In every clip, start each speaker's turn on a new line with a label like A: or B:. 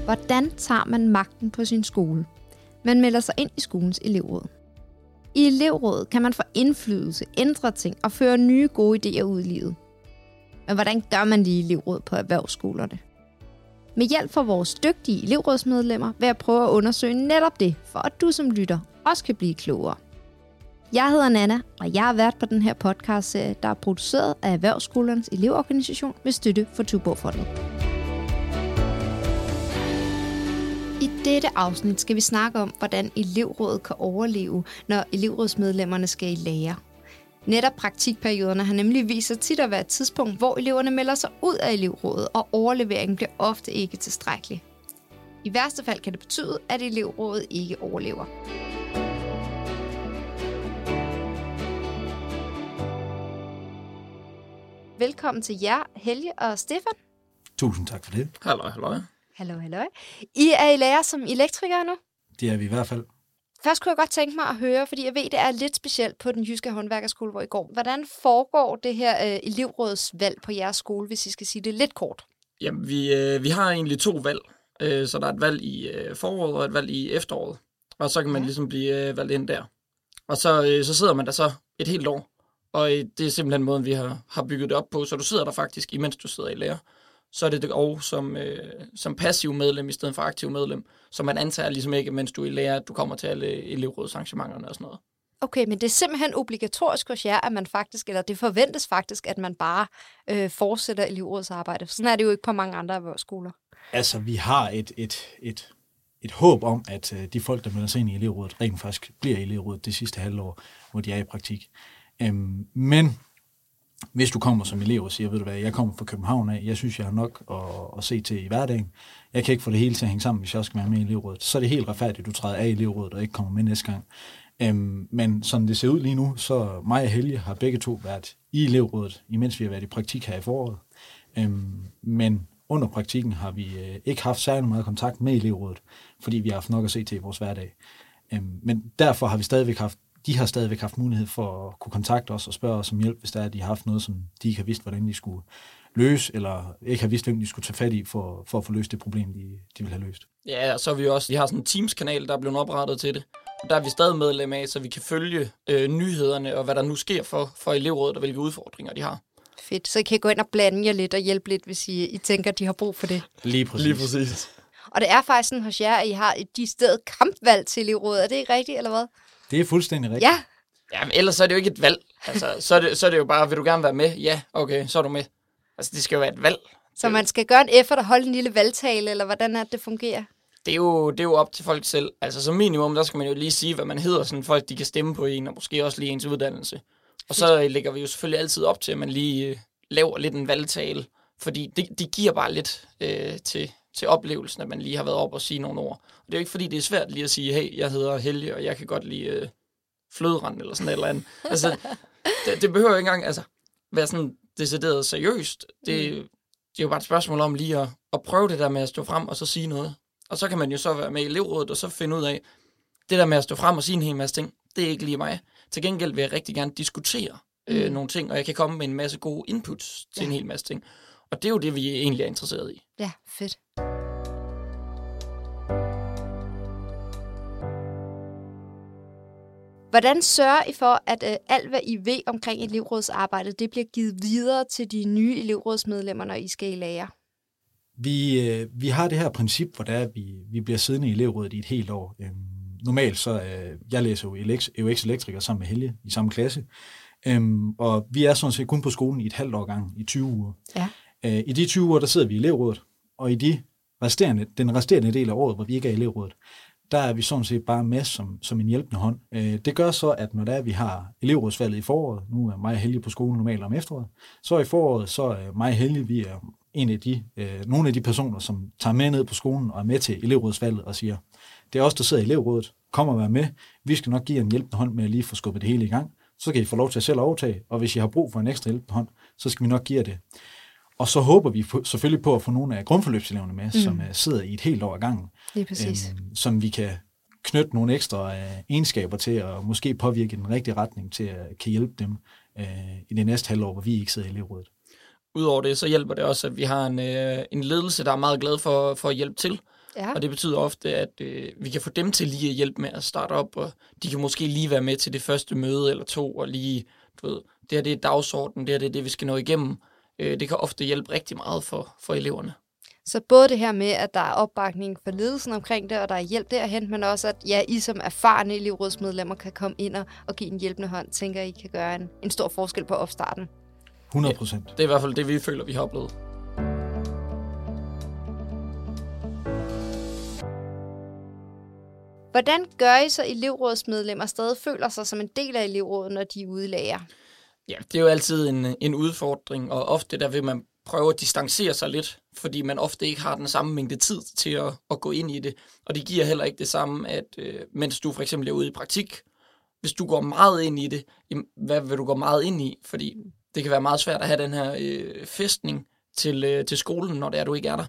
A: Hvordan tager man magten på sin skole? Man melder sig ind i skolens elevråd. I elevrådet kan man få indflydelse, ændre ting og føre nye gode idéer ud i livet. Men hvordan gør man det i elevråd på erhvervsskolerne? Med hjælp fra vores dygtige elevrådsmedlemmer vil jeg prøve at undersøge netop det, for at du som lytter også kan blive klogere. Jeg hedder Nana, og jeg har været på den her podcastserie, der er produceret af Erhvervsskolernes elevorganisation med støtte for Tuborgfondet. I dette afsnit skal vi snakke om, hvordan elevrådet kan overleve, når elevrådsmedlemmerne skal i lære. Netop praktikperioderne har nemlig vist sig tit at være et tidspunkt, hvor eleverne melder sig ud af elevrådet, og overleveringen bliver ofte ikke tilstrækkelig. I værste fald kan det betyde, at elevrådet ikke overlever. Velkommen til jer, Helge og Stefan.
B: Tusind tak for det.
C: Hallo.
A: Hallo. I er i lære som elektrikere nu?
B: Det er vi i hvert fald.
A: Først kunne jeg godt tænke mig at høre, fordi jeg ved, det er lidt specielt på den jyske håndværkerskole, hvor I går. Hvordan foregår det her elevrådsvalg på jeres skole, hvis I skal sige det lidt kort?
C: Jamen, vi har egentlig 2 valg. Så der er et valg i foråret og et valg i efteråret. Og så kan man ligesom blive valgt ind der. Og så sidder man der så et helt år. Og det er simpelthen måden, vi har bygget det op på. Så du sidder der faktisk, imens du sidder i lære. Så er det år som passiv medlem i stedet for aktiv medlem. Så man antager ligesom ikke, mens du er i lære, at du kommer til alle elevrådsarrangementerne og sådan noget.
A: Okay, men det er simpelthen obligatorisk hos jer, at man faktisk, eller det forventes faktisk, at man bare fortsætter elevrådsarbejde. Sådan er det jo ikke på mange andre erhvervsskoler. Altså,
B: vi har et håb om, at de folk, der melder sig ind i elevrådet, rent faktisk bliver i elevrådet det sidste halvår, hvor de er i praktik. Men hvis du kommer som elev og siger, ved du hvad, jeg kommer fra København af, jeg synes, jeg har nok at se til i hverdagen, jeg kan ikke få det hele til at hænge sammen, hvis jeg også skal være med i elevrådet, så er det helt retfærdigt, at du træder af i elevrådet og ikke kommer med næste gang. Men som det ser ud lige nu, så mig og Helge har begge to været i elevrådet, imens vi har været i praktik her i foråret. Men under praktikken har vi ikke haft særlig meget kontakt med elevrådet, fordi vi har haft nok at se til i vores hverdag. Men derfor har de har stadigvæk haft mulighed for at kunne kontakte os og spørge os om hjælp, hvis der er, de har haft noget, som de ikke har vidst, hvordan de skulle løse, eller ikke har vidst, hvem de skulle tage fat i for at få løst det problem, de vil have løst.
C: Ja, og så er vi også, de har sådan en Teams-kanal, der er blevet oprettet til det. Og der er vi stadig medlem af, så vi kan følge nyhederne og hvad der nu sker for elevrådet og hvilke udfordringer de har.
A: Fedt, så I kan gå ind og blande jer lidt og hjælpe lidt, hvis I tænker, at de har brug for det.
B: Lige præcis.
A: Og det er faktisk sådan hos jer, at I har de stedet kampvalg til elevrådet. Er det ikke rigtigt, eller hvad?
B: Det er fuldstændig rigtigt.
A: Ja.
C: Ja, men ellers så er det jo ikke et valg. Altså, så er det jo bare, vil du gerne være med? Ja, okay, så er du med. Altså, det skal jo være et valg.
A: Så man skal gøre en effort at holde en lille valgtale, eller hvordan er det fungerer?
C: Det er jo op til folk selv. Altså, som minimum, der skal man jo lige sige, hvad man hedder, sådan folk, de kan stemme på en, og måske også lige ens uddannelse. Og så lægger vi jo selvfølgelig altid op til, at man lige laver lidt en valgtale, fordi det giver bare lidt til oplevelsen, at man lige har været op og sige nogle ord. Og det er jo ikke, fordi det er svært lige at sige, hey, jeg hedder Helge, og jeg kan godt lide fløderand eller sådan et eller andet. Altså, det behøver jo ikke engang være sådan decideret seriøst. Det er jo bare et spørgsmål om lige at prøve det der med at stå frem og så sige noget. Og så kan man jo så være med i elevrådet og så finde ud af, det der med at stå frem og sige en hel masse ting, det er ikke lige mig. Til gengæld vil jeg rigtig gerne diskutere nogle ting, og jeg kan komme med en masse gode inputs til en hel masse ting. Og det er jo det, vi egentlig er interesseret i.
A: Ja, fedt. Hvordan sørger I for, at alt, hvad I ved omkring elevrådsarbejdet, det bliver givet videre til de nye elevrådsmedlemmer, når I skal i lære?
B: Vi har det her princip, hvor der vi bliver siddende i elevrådet i et helt år. Normalt så jeg læser jo EUX elektriker sammen med Helge i samme klasse, og vi er sådan set kun på skolen i et halvt år gang, i 20 uger. Ja. I de 20 uger, der sidder vi i elevrådet, og i den resterende del af året, hvor vi ikke er i elevrådet, der er vi sådan set bare med som en hjælpende hånd. Det gør så, at når vi har elevrådsvalget i foråret, nu er mig og Helge på skolen normalt om efteråret, så i foråret, så er mig og Helge, vi er nogle af de personer, som tager med ned på skolen og er med til elevrådsvalget og siger, det er os, der sidder i elevrådet, kom og vær med, vi skal nok give en hjælpende hånd med at lige få skubbet det hele i gang, så kan I få lov til at selv overtage, og hvis I har brug for en ekstra hjælpende hånd, så skal vi nok give jer det. Og så håber vi selvfølgelig på at få nogle af grundforløbseleverne med, som sidder i et helt år ad gangen.
A: Lige præcis.
B: Som vi kan knytte nogle ekstra egenskaber til, og måske påvirke den rigtige retning til at kan hjælpe dem i det næste halvår, hvor vi ikke sidder i elevrådet.
C: Udover det, så hjælper det også, at vi har en ledelse, der er meget glad for at hjælpe til.
A: Ja.
C: Og det betyder ofte, at vi kan få dem til lige at hjælpe med at starte op, og de kan måske lige være med til det første møde eller 2, og lige, du ved, det her det er dagsordenen, det her det er det, vi skal nå igennem. Det kan ofte hjælpe rigtig meget for eleverne.
A: Så både det her med, at der er opbakning for ledelsen omkring det, og der er hjælp derhen, men også, at I som erfarne elevrådsmedlemmer kan komme ind og give en hjælpende hånd, tænker I kan gøre en stor forskel på opstarten.
B: 100%.
C: Ja, det er i hvert fald det, vi føler, vi har oplevet.
A: Hvordan gør I så elevrådsmedlemmer stadig føler sig som en del af elevrådet, når de er ude i lære?
C: Ja, det er jo altid en udfordring, og ofte der vil man prøve at distancere sig lidt, fordi man ofte ikke har den samme mængde tid til at gå ind i det. Og det giver heller ikke det samme, at mens du for eksempel er ude i praktik, hvis du går meget ind i det, hvad vil du gå meget ind i? Fordi det kan være meget svært at have den her fæstning til skolen, når det er, du ikke er der.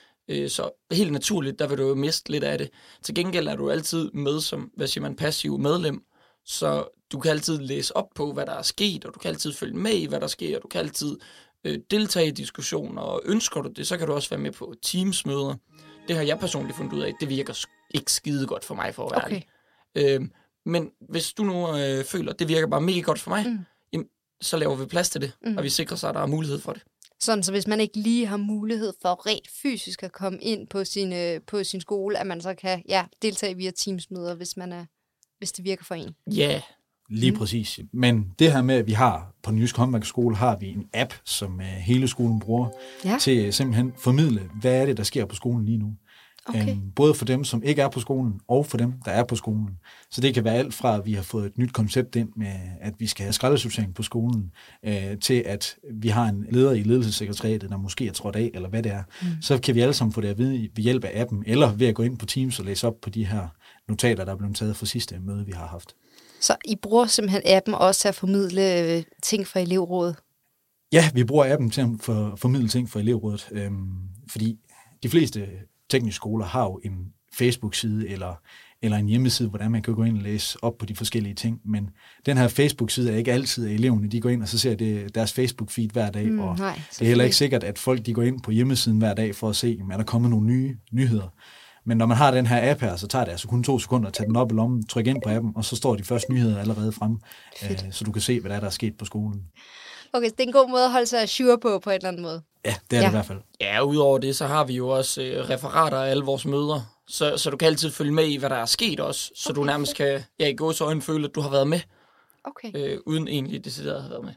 C: Så helt naturligt, der vil du jo miste lidt af det. Til gengæld er du altid med som, passiv medlem, så du kan altid læse op på, hvad der er sket, og du kan altid følge med i, hvad der sker, og du kan altid deltage i diskussioner, og ønsker du det, så kan du også være med på Teams-møder. Det har jeg personligt fundet ud af, det virker ikke skide godt for mig, for at være ærlig. Men hvis du nu føler, at det virker bare mega godt for mig, jamen, så laver vi plads til det, og vi sikrer sig, at der er mulighed for det.
A: Sådan, så hvis man ikke lige har mulighed for rent fysisk at komme ind på sin skole, at man så kan deltage via Teams-møder, hvis det virker for en.
C: Ja. Yeah.
B: Lige præcis. Men det her med, at vi har på den Jyske Håndværkerskole, har vi en app, som hele skolen bruger til simpelthen formidle, hvad er det, der sker på skolen lige nu.
A: Okay.
B: Både for dem, som ikke er på skolen, og for dem, der er på skolen. Så det kan være alt fra, at vi har fået et nyt koncept ind med, at vi skal have skraldesortering på skolen, til at vi har en leder i ledelsessekretariatet, der måske er trådt af, eller hvad det er. Så kan vi alle sammen få det at vide ved hjælp af appen, eller ved at gå ind på Teams og læse op på de her notater, der er blevet taget fra sidste møde, vi har haft.
A: Så I bruger simpelthen appen også til at formidle ting fra elevrådet?
B: Ja, vi bruger appen til at formidle ting fra elevrådet, fordi de fleste tekniske skoler har jo en Facebook-side eller en hjemmeside, hvordan man kan gå ind og læse op på de forskellige ting. Men den her Facebook-side er ikke altid, at eleverne de går ind og så ser det deres Facebook-feed hver dag. Og det er heller ikke sikkert, at folk de går ind på hjemmesiden hver dag for at se, om der kommer nogle nye nyheder. Men når man har den her app her, så tager det altså kun 2 sekunder at tage den op i lommen, trykke ind på appen, og så står de første nyheder allerede fremme, så du kan se, hvad der er sket på skolen.
A: Okay, så det er en god måde at holde sig ajour på en eller anden måde.
B: Ja, det er det i hvert fald.
C: Ja, udover det, så har vi jo også referater af alle vores møder, så du kan altid følge med i, hvad der er sket også, så du nærmest kan i gåseøjne føle, at du har været med, uden egentlig decideret at have været med.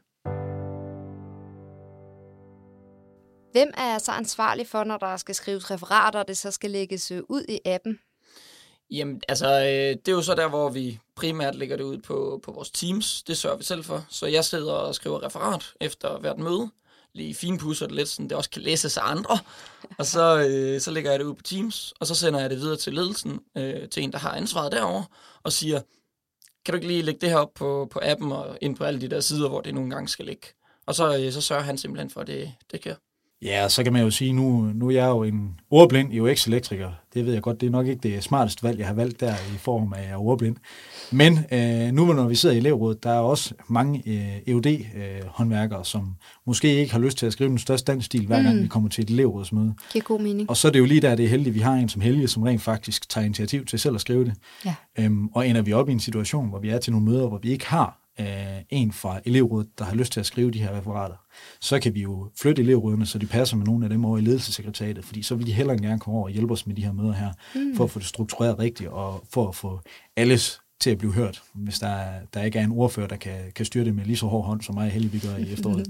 A: Hvem er så ansvarlig for, når der skal skrives referater, og det så skal lægges ud i appen?
C: Jamen, altså, det er jo så der, hvor vi primært lægger det ud på vores Teams. Det sørger vi selv for. Så jeg sidder og skriver referat efter hvert møde. Lige finpudser det lidt, så det også kan læses af andre. Og så lægger jeg det ud på Teams, og så sender jeg det videre til ledelsen, til en, der har ansvaret derovre, og siger, kan du ikke lige lægge det her op på appen og ind på alle de der sider, hvor det nogle gange skal ligge. Og så sørger han simpelthen for, at det kører.
B: Ja, så kan man jo sige, nu er jeg jo en ordblind UX-elektriker. Det ved jeg godt, det er nok ikke det smarteste valg, jeg har valgt der i form af, at jeg er ordblind. Men nu når vi sidder i elevrådet, der er også mange EUD-håndværkere, som måske ikke har lyst til at skrive den største dansstil, hver gang vi kommer til et elevrådsmøde.
A: Det giver god mening.
B: Og så er det jo lige der, det er heldigt, vi har en som Helge, som rent faktisk tager initiativ til selv at skrive det.
A: Ja.
B: Og ender vi op i en situation, hvor vi er til nogle møder, hvor vi ikke har en fra elevrådet, der har lyst til at skrive de her referater, så kan vi jo flytte elevrådene, så de passer med nogle af dem over i ledelsessekretariatet, fordi så vil de heller gerne komme over og hjælpe os med de her møder her, for at få det struktureret rigtigt, og for at få alles til at blive hørt, hvis der ikke er en ordfører, der kan styre det med lige så hård hånd, som mig og Helge vi gør i efteråret.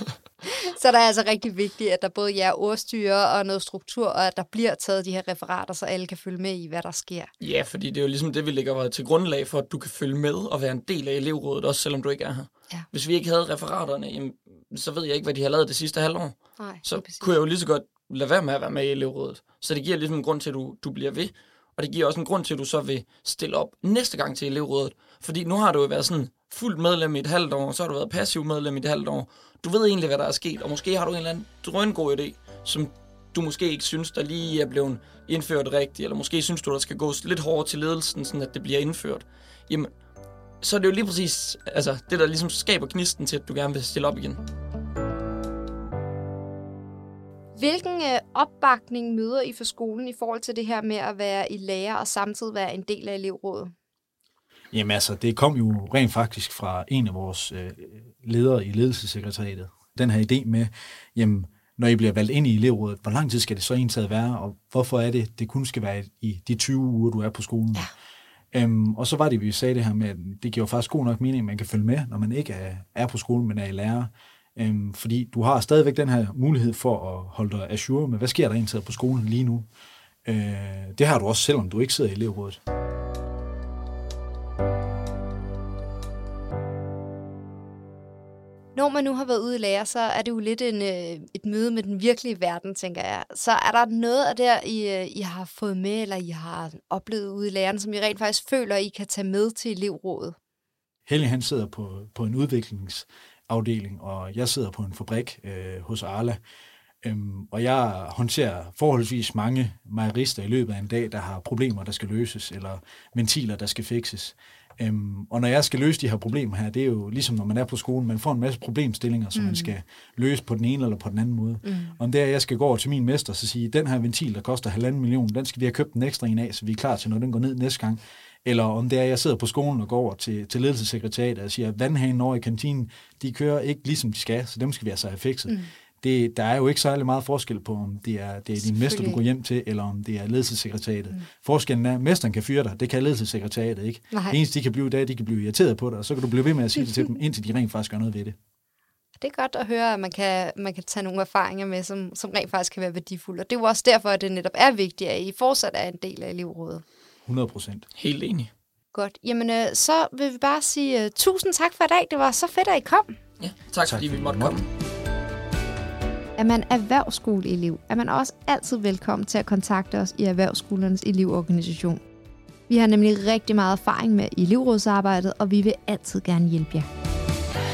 A: Så der er altså rigtig vigtigt, at der både er ordstyre og noget struktur, og at der bliver taget de her referater, så alle kan følge med i, hvad der sker.
C: Ja, fordi det er jo ligesom det, vi lægger til grundlag for, at du kan følge med og være en del af elevrådet, også selvom du ikke er her. Ja. Hvis vi ikke havde referaterne, jamen, så ved jeg ikke, hvad de har lavet det sidste halvår.
A: Nej,
C: så kunne jeg jo lige så godt lade være med at være med i elevrådet. Så det giver ligesom en grund til, at du bliver ved. Og det giver også en grund til, at du så vil stille op næste gang til elevrådet. Fordi nu har du jo været sådan fuldt medlem i et halvt år, og så har du været passiv medlem i et halvt år. Du ved egentlig, hvad der er sket, og måske har du en eller anden drøngod idé, som du måske ikke synes, der lige er blevet indført rigtigt, eller måske synes du, der skal gå lidt hårdere til ledelsen, sådan at det bliver indført. Jamen, så er det jo lige præcis det, der ligesom skaber gnisten til, at du gerne vil stille op igen.
A: Hvilken opbakning møder I for skolen i forhold til det her med at være i lærer og samtidig være en del af elevrådet?
B: Jamen altså, det kom jo rent faktisk fra en af vores ledere i ledelsessekretariatet. Den her idé med, jamen, når I bliver valgt ind i elevrådet, hvor lang tid skal det så egentlig være, og hvorfor er det kun skal være i de 20 uger, du er på skolen? Ja. Og så var det, vi sagde det her med, at det giver faktisk god nok mening, at man kan følge med, når man ikke er på skolen, men er i lærer. Fordi du har stadigvæk den her mulighed for at holde dig ajour med, hvad sker der egentlig på skolen lige nu? Det har du også, selvom du ikke sidder i elevrådet.
A: Når man nu har været ude i lærer, så er det jo lidt et møde med den virkelige verden, tænker jeg. Så er der noget af det, I har fået med, eller I har oplevet ude i læreren, som I rent faktisk føler, I kan tage med til elevrådet?
B: Helge, han sidder på en udviklingsafdeling, og jeg sidder på en fabrik hos Arla. Og jeg håndterer forholdsvis mange mejerister i løbet af en dag, der har problemer, der skal løses, eller ventiler, der skal fikses. Og når jeg skal løse de her problemer her, det er jo ligesom når man er på skolen, man får en masse problemstillinger, som man skal løse på den ene eller på den anden måde. Om det er, jeg skal gå over til min mester og sige, den her ventil, der koster 1,5 million, den skal vi have købt en ekstra en af, så vi er klar til, når den går ned næste gang. Eller om det er, jeg sidder på skolen og går over til ledelsessekretariatet og siger, at vandhanen over i kantinen, de kører ikke ligesom de skal, så dem skal vi altså have fikset. Der er jo ikke særlig meget forskel på, om det er din mester, du går hjem til, eller om det er ledelsessekretariatet. Forskellen er, at mesteren kan fyre dig, det kan ledelsessekretariatet ikke. Nej. Det eneste, de kan blive der, de kan blive irriteret på dig, og så kan du blive ved med at sige det til dem, indtil de rent faktisk gør noget ved det.
A: Det er godt at høre, at man kan tage nogle erfaringer med, som rent faktisk kan være værdifulde. Og det er jo også derfor, at det netop er vigtigt, at I fortsat er en del af elevrådet.
B: 100%.
C: Helt enig.
A: Godt. Jamen, så vil vi bare sige tusind tak for i dag. Det var så fedt, at I kom.
C: Ja, tak fordi vi måtte komme.
A: Er man erhvervsskoleelev, er man også altid velkommen til at kontakte os i Erhvervsskolernes elevorganisation. Vi har nemlig rigtig meget erfaring med elevrådsarbejdet, og vi vil altid gerne hjælpe jer.